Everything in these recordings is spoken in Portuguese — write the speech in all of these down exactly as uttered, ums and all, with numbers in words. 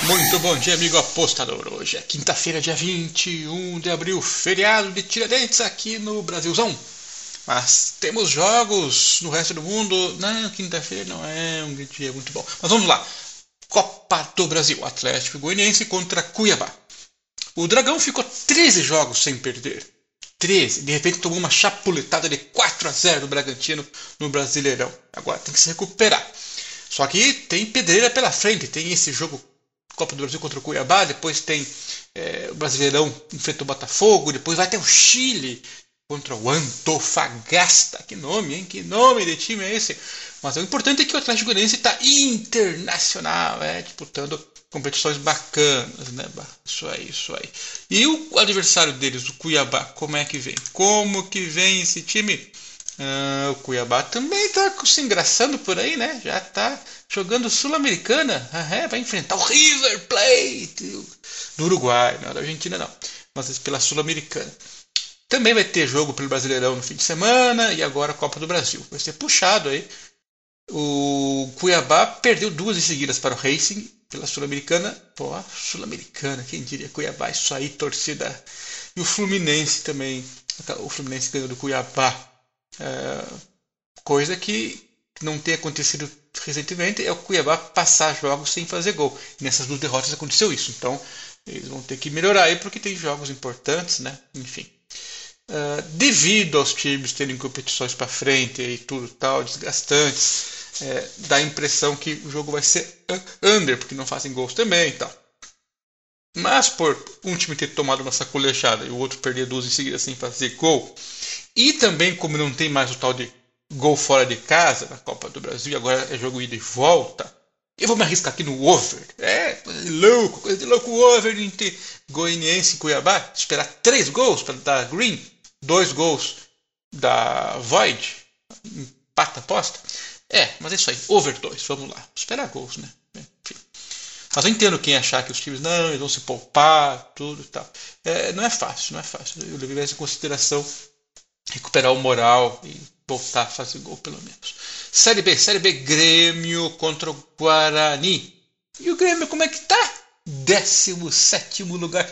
Muito bom dia, amigo apostador. Hoje é quinta-feira, dia vinte e um de abril, feriado de Tiradentes aqui no Brasilzão. Mas temos jogos no resto do mundo. Não, quinta-feira não é um dia muito bom. Mas vamos lá. Copa do Brasil, Atlético Goianiense contra Cuiabá. O Dragão ficou treze jogos sem perder. treze. De repente tomou uma chapuletada de quatro a zero do Bragantino no Brasileirão. Agora tem que se recuperar. Só que tem pedreira pela frente. Tem esse jogo Copa do Brasil contra o Cuiabá, depois tem é, o Brasileirão enfrenta o Botafogo, depois vai ter o Chile contra o Antofagasta. Que nome, hein? Que nome de time é esse? Mas o importante é que o Atlético Goianiense está internacional, é, disputando competições bacanas, né? Isso aí, isso aí. E o adversário deles, o Cuiabá, como é que vem? Como que vem esse time? Ah, o Cuiabá também está se engraçando por aí, né? Já está jogando Sul-Americana. Ah, é, vai enfrentar o River Plate do Uruguai, não da Argentina não, mas pela Sul-Americana. Também vai ter jogo pelo Brasileirão no fim de semana e agora a Copa do Brasil. Vai ser puxado aí. O Cuiabá perdeu duas em seguidas para o Racing pela Sul-Americana. Pô, Sul-Americana, quem diria Cuiabá? Isso aí, torcida. E o Fluminense também. O Fluminense ganhou do Cuiabá. É, coisa que não tem acontecido recentemente é o Cuiabá passar jogos sem fazer gol. E nessas duas derrotas aconteceu isso. Então eles vão ter que melhorar aí porque tem jogos importantes, né? Enfim. Uh, devido aos times terem competições para frente e tudo tal, desgastantes, é, dá a impressão que o jogo vai ser under, porque não fazem gols também e tal. Mas por um time ter tomado uma sacolejada e o outro perder duas em seguida sem fazer gol, e também como não tem mais o tal de gol fora de casa na Copa do Brasil, e agora é jogo ida e volta, eu vou me arriscar aqui no over. É, coisa de louco, coisa de louco, o over entre Goianiense e Cuiabá. Esperar três gols para dar green, dois gols da Void, empata a aposta. É, mas é isso aí, over dois, vamos lá. Esperar gols, né? Enfim. Mas eu entendo quem achar que os times não, eles vão se poupar, tudo e tal. É, não é fácil, não é fácil. Eu levei isso em consideração, recuperar o moral e voltar a fazer gol pelo menos. Série B, Série B, Grêmio contra o Guarani. E o Grêmio como é que tá? décimo sétimo lugar.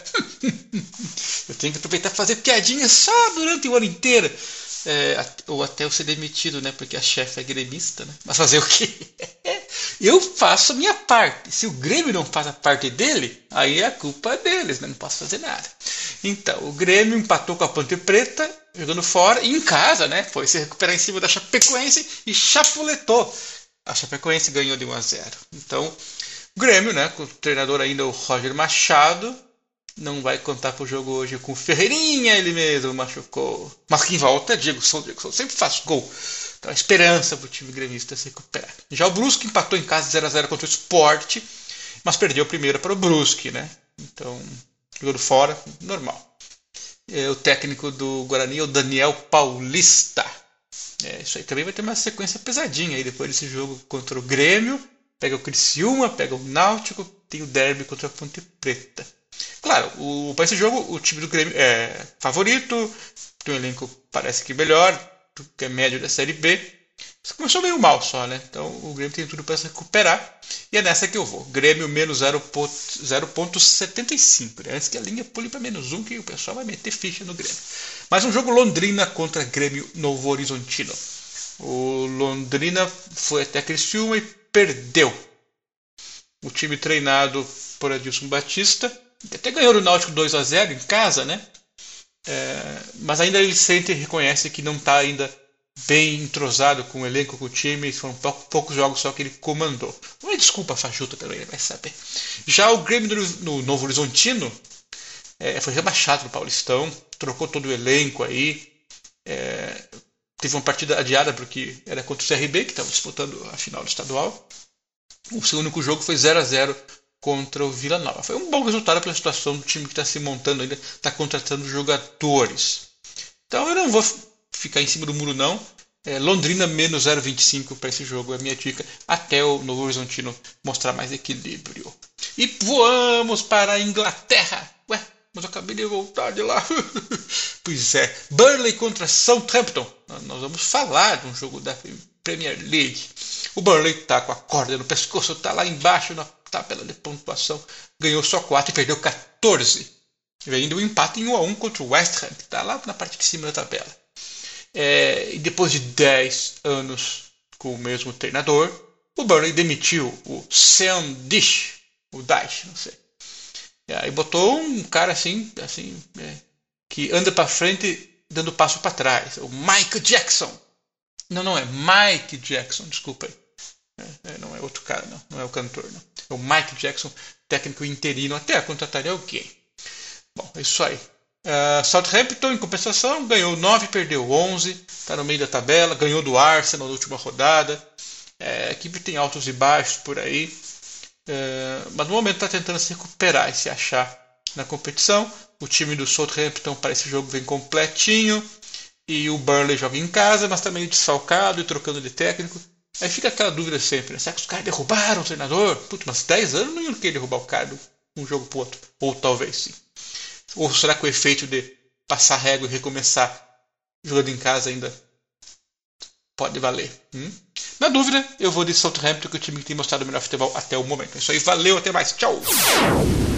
Eu tenho que aproveitar e fazer piadinha só durante o ano inteiro. É, ou até eu ser demitido, né? Porque a chefe é gremista, né? Mas fazer o quê? Eu faço a minha parte. Se o Grêmio não faz a parte dele, aí é a culpa deles, né? Não posso fazer nada. Então, o Grêmio empatou com a Ponte Preta, jogando fora, e em casa, né? Foi se recuperar em cima da Chapecoense e chapuletou. A Chapecoense ganhou de um a zero. Então, o Grêmio, né? Com o treinador ainda, o Roger Machado, não vai contar pro jogo hoje com o Ferreirinha, ele mesmo machucou. Mas quem volta é Diego Souza. Diego Souza sempre faz gol. Então, a esperança pro time gremista se recuperar. Já o Brusque empatou em casa zero a zero contra o Sport, mas perdeu a primeira para o Brusque, né? Então, jogando fora, normal. É, o técnico do Guarani é o Daniel Paulista. É, isso aí também vai ter uma sequência pesadinha aí depois desse jogo contra o Grêmio. Pega o Criciúma, pega o Náutico, tem o derby contra a Ponte Preta. Claro, o, para esse jogo o time do Grêmio é favorito, tem um elenco parece que melhor, que é médio da Série B. Começou meio mal só, né? Então o Grêmio tem tudo para se recuperar. E é nessa que eu vou. Grêmio menos zero vírgula setenta e cinco. Né? Antes que a linha pule para menos um, que o pessoal vai meter ficha no Grêmio. Mais um jogo Londrina contra Grêmio Novo Horizontino. O Londrina foi até Criciúma e perdeu. O time treinado por Adilson Batista até ganhou o Náutico dois a zero em casa, né? É, mas ainda ele sente e reconhece que não está ainda bem entrosado com o elenco, com o time. Foram poucos, poucos jogos só que ele comandou. Não é desculpa a fajuta também, vai saber. Já o Grêmio no, no Novo Horizontino é, foi rebaixado no Paulistão, trocou todo o elenco aí. É, teve uma partida adiada porque era contra o C R B, que estava disputando a final do estadual. O seu único jogo foi zero a zero contra o Vila Nova. Foi um bom resultado pela situação do time que está se montando ainda, está contratando jogadores. Então eu não vou ficar em cima do muro não. É, Londrina menos zero vírgula vinte e cinco para esse jogo é a minha dica, até o Novo Horizontino mostrar mais equilíbrio. E voamos para a Inglaterra. Ué, mas eu acabei de voltar de lá. Pois é, Burnley contra Southampton. Nós vamos falar de um jogo da Premier League. O Burnley está com a corda no pescoço, está lá embaixo na tabela de pontuação, ganhou só quatro e perdeu quatorze. E ainda o empate em um a um contra o West Ham, que está lá na parte de cima da tabela. É, e depois de dez anos com o mesmo treinador, o Burnley demitiu o Sean Dyche, o Dyche, não sei. E aí botou um cara assim, assim é, que anda para frente dando passo para trás, o Mike Jackson. Não, não é Mike Jackson, desculpa aí. É, é, não é outro cara, não. Não é o cantor, não. É o Mike Jackson, técnico interino, até contrataria alguém. Bom, é isso aí. Uh, Southampton, em compensação, ganhou nove, perdeu onze, está no meio da tabela, ganhou do Arsenal na última rodada. É, a equipe tem altos e baixos por aí, é, mas no momento está tentando se recuperar e se achar na competição. O time do Southampton para esse jogo vem completinho, e o Burnley joga em casa, mas está meio desfalcado e trocando de técnico. Aí fica aquela dúvida sempre, né? Será que os caras derrubaram o treinador? Putz, mas dez anos não iam querer derrubar o cara de um jogo para o outro, ou talvez sim. Ou será que o efeito de passar régua e recomeçar jogando em casa ainda pode valer? Hum? Na dúvida, eu vou de Southampton, que é o time que tem mostrado o melhor futebol até o momento. É isso aí, valeu, até mais, tchau!